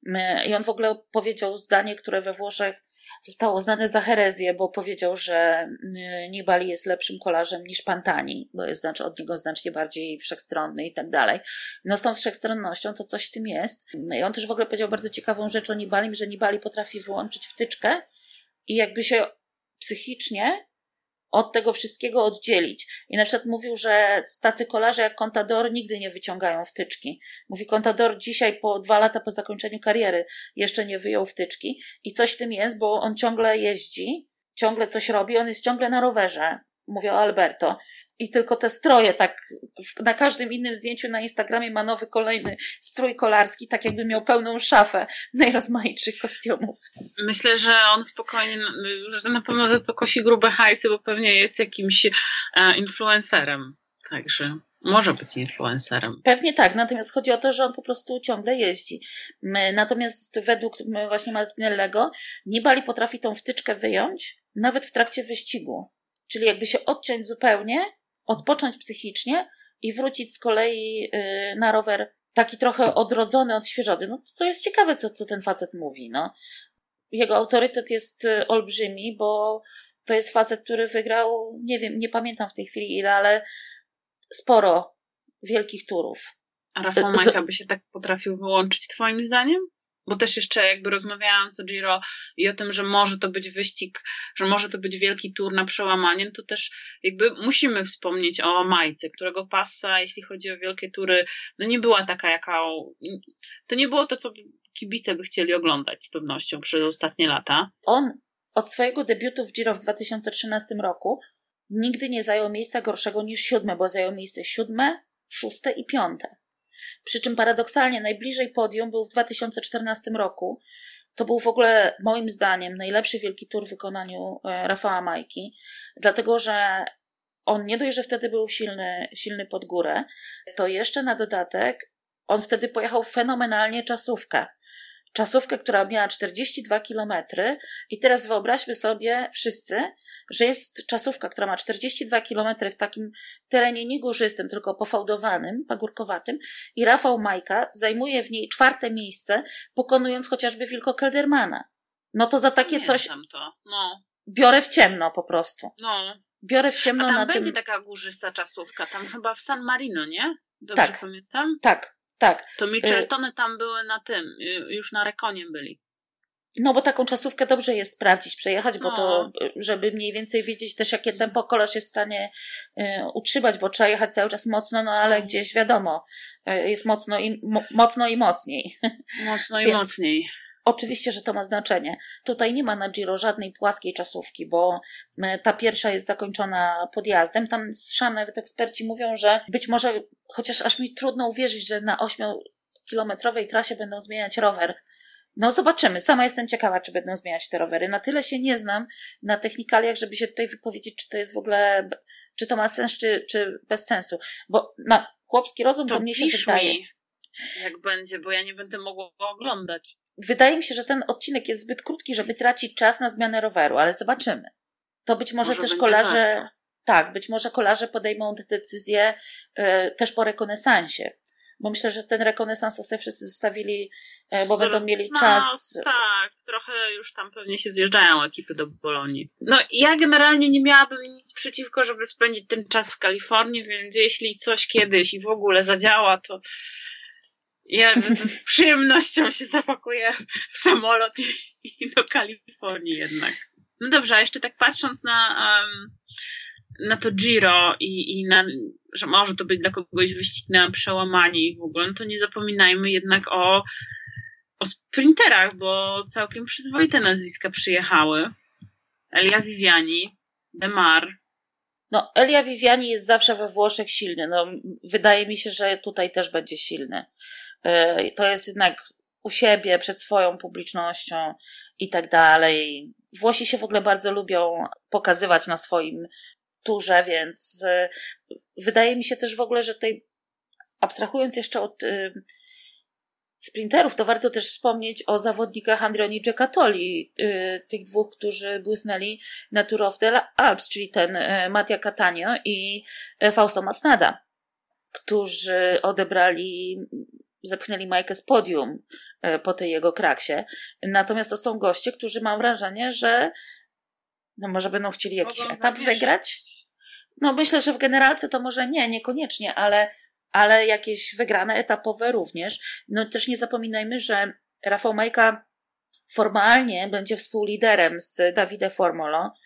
A: I on w ogóle powiedział zdanie, które we Włoszech zostało uznane za herezję, bo powiedział, że Nibali jest lepszym kolarzem niż Pantani, bo jest znaczy, od niego znacznie bardziej wszechstronny i tak dalej. No z tą wszechstronnością to coś w tym jest. I on też w ogóle powiedział bardzo ciekawą rzecz o Nibalim, że Nibali potrafi wyłączyć wtyczkę i jakby się psychicznie od tego wszystkiego oddzielić. I na przykład mówił, że tacy kolarze jak Contador nigdy nie wyciągają wtyczki. Mówi, Contador dzisiaj po dwa lata po zakończeniu kariery jeszcze nie wyjął wtyczki i coś w tym jest, bo on ciągle jeździ, ciągle coś robi, on jest ciągle na rowerze. Mówię o Alberto. I tylko te stroje, tak na każdym innym zdjęciu na Instagramie ma nowy kolejny strój kolarski, tak jakby miał pełną szafę najrozmaitszych kostiumów.
B: Myślę, że on spokojnie, że na pewno za to kosi grube hajsy, bo pewnie jest jakimś e, influencerem. Także może być influencerem.
A: Pewnie tak, natomiast chodzi o to, że on po prostu ciągle jeździ. Natomiast według właśnie Martinellego Nibali potrafi tą wtyczkę wyjąć nawet w trakcie wyścigu. Czyli jakby się odciąć zupełnie, odpocząć psychicznie i wrócić z kolei na rower taki trochę odrodzony, odświeżony. No to jest ciekawe, co, co ten facet mówi. No. Jego autorytet jest olbrzymi, bo to jest facet, który wygrał, nie wiem, nie pamiętam w tej chwili ile, ale sporo wielkich turów.
B: A Rafał Majka by się tak potrafił wyłączyć twoim zdaniem? Bo też jeszcze jakby rozmawiając o Giro i o tym, że może to być wyścig, że może to być wielki tour na przełamanie, to też jakby musimy wspomnieć o Majce, którego pasa, jeśli chodzi o wielkie tury, no nie była taka, jaka... To nie było to, co kibice by chcieli oglądać z pewnością przez ostatnie lata.
A: On od swojego debiutu w Giro w dwa tysiące trzynastym roku nigdy nie zajął miejsca gorszego niż siódme, bo zajął miejsce siódme, szóste i piąte. Przy czym paradoksalnie najbliżej podium był w dwa tysiące czternastym roku. To był w ogóle moim zdaniem najlepszy wielki tur w wykonaniu Rafała Majki, dlatego że on nie dość, że wtedy był silny, silny pod górę, to jeszcze na dodatek on wtedy pojechał fenomenalnie czasówkę. Czasówkę, która miała czterdzieści dwa kilometry i teraz wyobraźmy sobie wszyscy, że jest czasówka, która ma czterdzieści dwa kilometry w takim terenie nie górzystym, tylko pofałdowanym, pagórkowatym i Rafał Majka zajmuje w niej czwarte miejsce, pokonując chociażby Wilco Keldermana. No to za takie
B: nie
A: coś
B: to. No.
A: biorę w ciemno po prostu.
B: No.
A: Biorę w ciemno
B: A tam
A: na
B: będzie
A: tym...
B: taka górzysta czasówka, tam chyba w San Marino, nie? Dobrze
A: tak,
B: pamiętam?
A: Tak, tak.
B: To Mitcheltony tam były na tym, już na Rekonie byli.
A: No bo taką czasówkę dobrze jest sprawdzić, przejechać, bo
B: no.
A: to, żeby mniej więcej wiedzieć też, jakie tempo kolarz jest w stanie y, utrzymać, bo trzeba jechać cały czas mocno, no ale no. gdzieś wiadomo, y, jest mocno i, mo, mocno i mocniej.
B: Mocno i mocniej.
A: Oczywiście, że to ma znaczenie. Tutaj nie ma na Giro żadnej płaskiej czasówki, bo ta pierwsza jest zakończona podjazdem. Tam zresztą nawet eksperci mówią, że być może, chociaż aż mi trudno uwierzyć, że na ośmiokilometrowej trasie będą zmieniać rower. No zobaczymy. Sama jestem ciekawa, czy będą zmieniać te rowery. Na tyle się nie znam na technikaliach, żeby się tutaj wypowiedzieć, czy to jest w ogóle, czy to ma sens, czy, czy bez sensu. Bo na chłopski rozum to, to mnie się wydaje.
B: Mi, jak będzie, bo ja nie będę mogła go oglądać.
A: Wydaje mi się, że ten odcinek jest zbyt krótki, żeby tracić czas na zmianę roweru, ale zobaczymy. To być może, może też kolarze, warto. tak, być może kolarze podejmą te decyzje y, też po rekonesansie. Bo myślę, że ten rekonesans sobie wszyscy zostawili, y, bo Z, będą mieli
B: no,
A: czas.
B: Tak, trochę już tam pewnie się zjeżdżają ekipy do Bolonii. No ja generalnie nie miałabym nic przeciwko, żeby spędzić ten czas w Kalifornii, więc jeśli coś kiedyś i w ogóle zadziała, to ja z przyjemnością się zapakuję w samolot i, i do Kalifornii jednak. No dobrze, a jeszcze tak patrząc na, um, na to Giro i, i na, że może to być dla kogoś wyścig na przełamanie i w ogóle, no to nie zapominajmy jednak o, o sprinterach, bo całkiem przyzwoite nazwiska przyjechały. Elia Viviani, Demar.
A: No, Elia Viviani jest zawsze we Włoszech silny. No, wydaje mi się, że tutaj też będzie silny. To jest jednak u siebie, przed swoją publicznością i tak dalej. Włosi się w ogóle bardzo lubią pokazywać na swoim turze, więc wydaje mi się też w ogóle, że tutaj abstrahując jeszcze od sprinterów, to warto też wspomnieć o zawodnikach Androni Giocattoli, tych dwóch, którzy błysnęli na Tour of the Alps, czyli ten Mattia Cattaneo i Fausto Masnada, którzy odebrali zepchnęli Majkę z podium po tej jego kraksie. Natomiast to są goście, którzy mam wrażenie, że no może będą chcieli jakiś Mogą etap zamieszać. wygrać. No myślę, że w generalce to może nie, niekoniecznie, ale, ale jakieś wygrane etapowe również. No też nie zapominajmy, że Rafał Majka formalnie będzie współliderem z Davide Formolo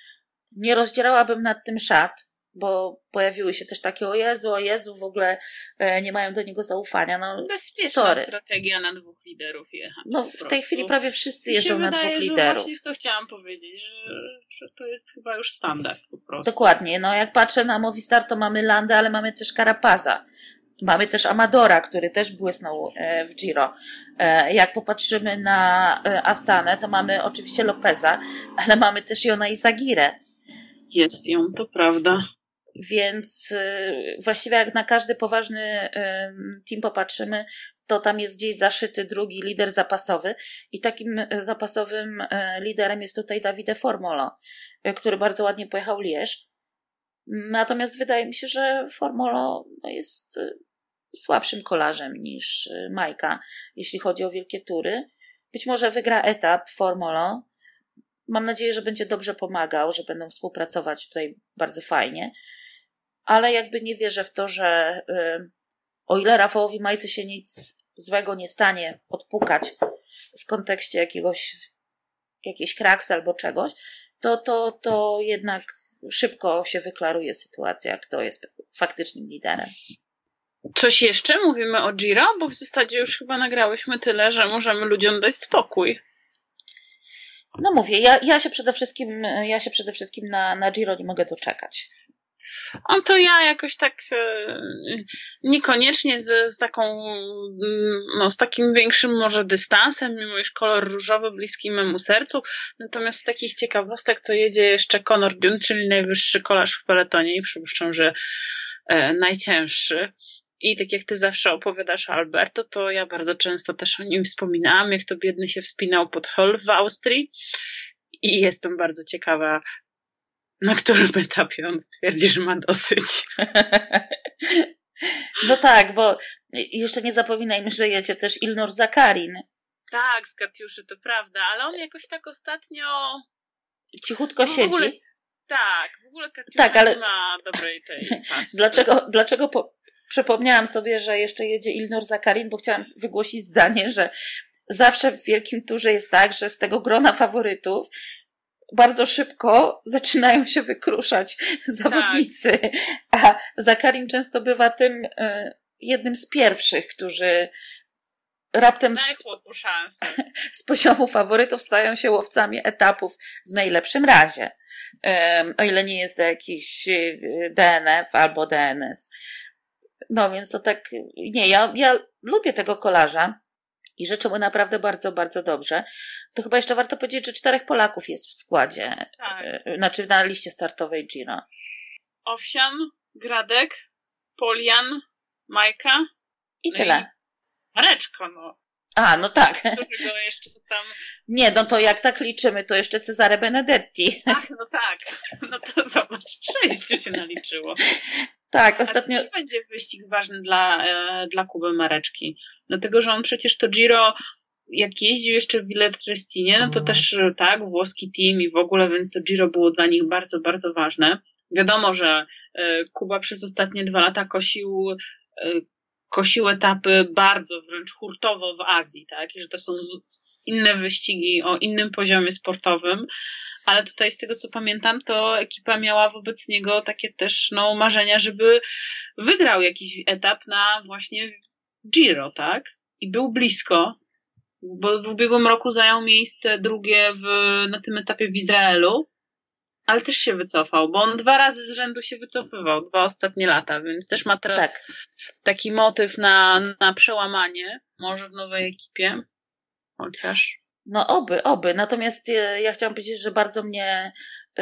A: nie rozdzierałabym nad tym szat, bo pojawiły się też takie, o Jezu, o Jezu, w ogóle e, nie mają do niego zaufania. No,
B: bezpieczna
A: sorry.
B: strategia na dwóch liderów jechać.
A: No w tej chwili prawie wszyscy jeżdżą na
B: wydaje,
A: dwóch
B: że
A: liderów.
B: Właśnie to chciałam powiedzieć, że, że to jest chyba już standard po prostu.
A: Dokładnie. No jak patrzę na Movistar, to mamy Landę, ale mamy też Carapaza. Mamy też Amadora, który też błysnął w Giro. Jak popatrzymy na Astanę, to mamy oczywiście Lopeza, ale mamy też Jona Izagirę.
B: Jest ją, to prawda.
A: Więc właściwie jak na każdy poważny team popatrzymy, to tam jest gdzieś zaszyty drugi lider zapasowy i takim zapasowym liderem jest tutaj Davide Formolo, który bardzo ładnie pojechał Liège. Natomiast wydaje mi się, że Formolo no, jest słabszym kolarzem niż Majka, jeśli chodzi o wielkie tury. Być może wygra etap Formolo. Mam nadzieję, że będzie dobrze pomagał, że będą współpracować tutaj bardzo fajnie. Ale jakby nie wierzę w to, że y, o ile Rafałowi Majce się nic złego nie stanie odpukać w kontekście jakiegoś jakiejś kraksy albo czegoś, to, to, to jednak szybko się wyklaruje sytuacja, kto jest faktycznym liderem.
B: Coś jeszcze mówimy o Giro? Bo w zasadzie już chyba nagrałyśmy tyle, że możemy ludziom dać spokój.
A: No mówię, ja, ja się przede wszystkim, ja się przede wszystkim na, na Giro nie mogę doczekać.
B: On to ja jakoś tak e, niekoniecznie z, z taką no, z takim większym może dystansem, mimo iż kolor różowy bliski memu sercu. Natomiast z takich ciekawostek to jedzie jeszcze Conor Dune, czyli najwyższy kolarz w peletonie i przypuszczam, że e, najcięższy. I tak jak ty zawsze opowiadasz o Alberto, to ja bardzo często też o nim wspominałam, jak to biedny się wspinał pod Hol w Austrii. I jestem bardzo ciekawa, na którym etapie on stwierdzi, że ma dosyć.
A: No tak, bo jeszcze nie zapominajmy, że jedzie też Ilnur Zakarin.
B: Tak, z Katiuszy, to prawda, ale on jakoś tak ostatnio
A: cichutko
B: no,
A: siedzi.
B: W ogóle, tak, w ogóle Katiusza
A: tak, ale...
B: nie ma dobrej tej pasy.
A: Dlaczego, dlaczego po... przypomniałam sobie, że jeszcze jedzie Ilnur Zakarin, bo chciałam wygłosić zdanie, że zawsze w wielkim turze jest tak, że z tego grona faworytów bardzo szybko zaczynają się wykruszać zawodnicy, tak. A Zakarin często bywa tym y, jednym z pierwszych, którzy raptem z, z poziomu faworytów stają się łowcami etapów w najlepszym razie. Y, o ile nie jest to jakiś D N F albo D N S. No więc to tak, nie, ja, ja lubię tego kolarza i życzę mu naprawdę bardzo, bardzo dobrze. To chyba jeszcze warto powiedzieć, że czterech Polaków jest w składzie, tak. Znaczy na liście startowej Giro.
B: Owsian, Gradek, Polian, Majka.
A: I no tyle.
B: I Mareczko, no.
A: A, no tak.
B: Którego jeszcze tam...
A: Nie, no to jak tak liczymy, to jeszcze Cesare Benedetti.
B: Ach, no tak. No to zobacz, sześciu się naliczyło.
A: Tak, ostatnio...
B: A to też będzie wyścig ważny dla, e, dla Kuby Mareczki. Dlatego, że on przecież to Giro, jak jeździł jeszcze w Villa Triestinie, no to też tak, włoski team i w ogóle, więc to Giro było dla nich bardzo, bardzo ważne. Wiadomo, że e, Kuba przez ostatnie dwa lata kosił e, kosił etapy bardzo, wręcz hurtowo w Azji, tak? I że to są inne wyścigi o innym poziomie sportowym, ale tutaj z tego, co pamiętam, to ekipa miała wobec niego takie też, no, marzenia, żeby wygrał jakiś etap na właśnie Giro, tak? I był blisko, bo w ubiegłym roku zajął miejsce drugie w, na tym etapie w Izraelu, ale też się wycofał, bo on dwa razy z rzędu się wycofywał, dwa ostatnie lata, więc też ma teraz tak. taki motyw na, na przełamanie, może w nowej ekipie, chociaż...
A: No oby, oby. Natomiast ja chciałam powiedzieć, że bardzo mnie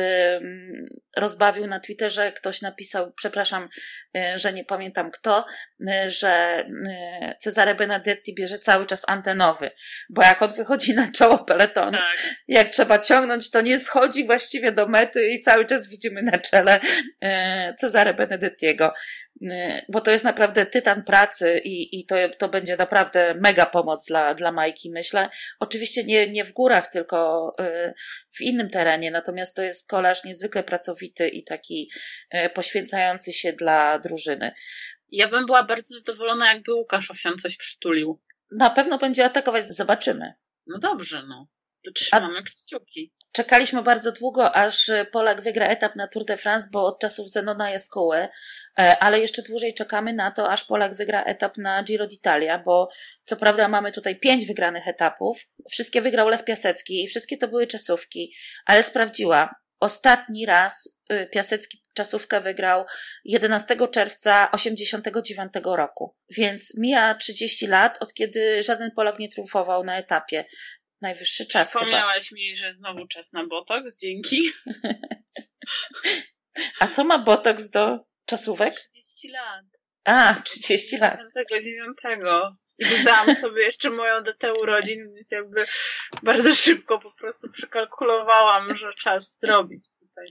A: ym, rozbawił na Twitterze. Ktoś napisał, przepraszam, y, że nie pamiętam kto, y, że y, Cesare Benedetti bierze cały czas antenowy, bo jak on wychodzi na czoło peletonu, tak. jak trzeba ciągnąć, to nie schodzi właściwie do mety i cały czas widzimy na czele y, Cesare Benedettiego. Bo to jest naprawdę tytan pracy i, i to, to będzie naprawdę mega pomoc dla, dla Majki, myślę. Oczywiście nie, nie w górach, tylko y, w innym terenie, natomiast to jest kolarz niezwykle pracowity i taki y, poświęcający się dla drużyny.
B: Ja bym była bardzo zadowolona, jakby Łukasz Owsian coś przytulił.
A: Na pewno będzie atakować, zobaczymy.
B: No dobrze, no. To trzymamy kciuki.
A: czekaliśmy bardzo długo, aż Polak wygra etap na Tour de France, bo od czasów Zenona jest kołę, ale jeszcze dłużej czekamy na to, aż Polak wygra etap na Giro d'Italia, bo co prawda mamy tutaj pięć wygranych etapów. Wszystkie wygrał Lech Piasecki i wszystkie to były czasówki, ale sprawdziłam. Ostatni raz Piasecki czasówkę wygrał jedenastego czerwca osiemdziesiątego dziewiątego roku, więc mija trzydzieści lat, od kiedy żaden Polak nie triumfował na etapie. Najwyższy czas chyba.
B: Wspomniałaś mi, że znowu czas na botoks, dzięki.
A: A co ma botoks do czasówek?
B: trzydzieści lat.
A: A, trzydzieści lat.
B: pięćdziesiątego dziewiątego. I dodałam sobie jeszcze moją datę urodzin, więc jakby bardzo szybko po prostu przekalkulowałam, że czas zrobić tutaj.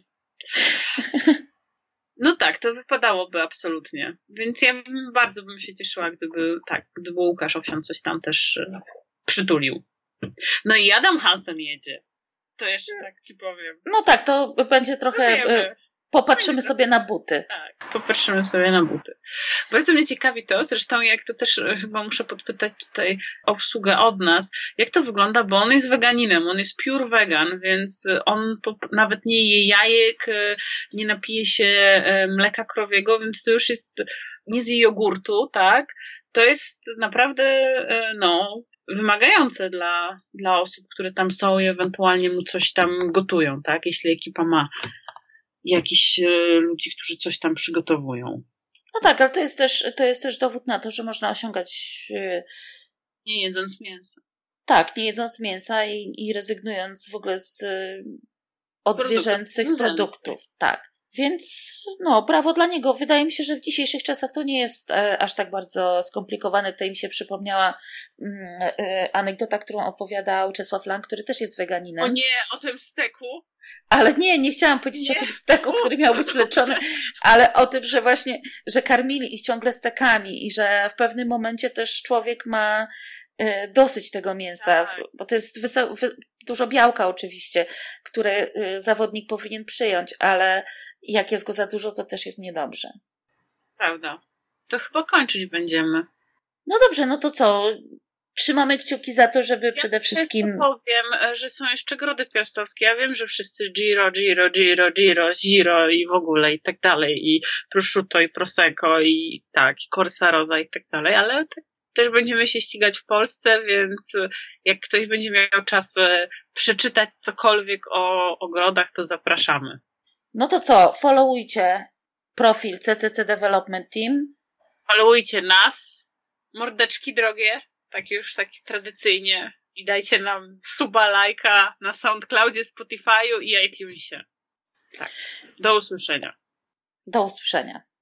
B: No tak, to wypadałoby absolutnie. Więc ja bym, bardzo bym się cieszyła, gdyby tak, gdyby Łukasz Owsian coś tam też przytulił. No i Adam Hansen jedzie. To jeszcze tak ci powiem.
A: No tak, to będzie trochę... No popatrzymy sobie na buty.
B: Tak, popatrzymy sobie na buty. Bardzo mnie ciekawi to, zresztą jak to też chyba muszę podpytać tutaj obsługę od nas, jak to wygląda, bo on jest weganinem, on jest pure vegan, więc on nawet nie je jajek, nie napije się mleka krowiego, więc to już jest, nie zje jogurtu, tak? To jest naprawdę, no, wymagające dla, dla osób, które tam są i ewentualnie mu coś tam gotują, tak? Jeśli ekipa ma jakichś ludzi, którzy coś tam przygotowują.
A: No tak, ale to jest też, to jest też dowód na to, że można osiągać...
B: Nie jedząc mięsa.
A: Tak, nie jedząc mięsa i, i rezygnując w ogóle z odzwierzęcych produktów. produktów. Tak. Więc no, brawo dla niego. Wydaje mi się, że w dzisiejszych czasach to nie jest e, aż tak bardzo skomplikowane. Tutaj mi się przypomniała mm, e, anegdota, którą opowiadał Czesław Lang, który też jest weganinem.
B: O nie, o tym steku?
A: Ale nie, nie chciałam powiedzieć nie. o tym steku, który miał być leczony, ale o tym, że właśnie, że karmili ich ciągle stekami i że w pewnym momencie też człowiek ma y, dosyć tego mięsa, tak. bo to jest wyso- wy- dużo białka oczywiście, które y, zawodnik powinien przyjąć, ale jak jest go za dużo, to też jest niedobrze.
B: Prawda. To chyba kończyć będziemy.
A: No dobrze, no to co? Trzymamy kciuki za to, żeby
B: ja
A: przede wszystkim...
B: Ja powiem, że są jeszcze Grody Piastowskie. Ja wiem, że wszyscy Giro, Giro, Giro, Giro, Giro i w ogóle i tak dalej. I prosciutto, i prosecco, i tak, i Corsa Rosa i tak dalej, ale tak, też będziemy się ścigać w Polsce, więc jak ktoś będzie miał czas przeczytać cokolwiek o ogrodach, to zapraszamy.
A: No to co? Followujcie profil C C C Development Team.
B: Followujcie nas, mordeczki drogie. Tak już, tak tradycyjnie. I dajcie nam suba, lajka na SoundCloudzie, Spotify'u i iTunesie. Tak. Do usłyszenia.
A: Do usłyszenia.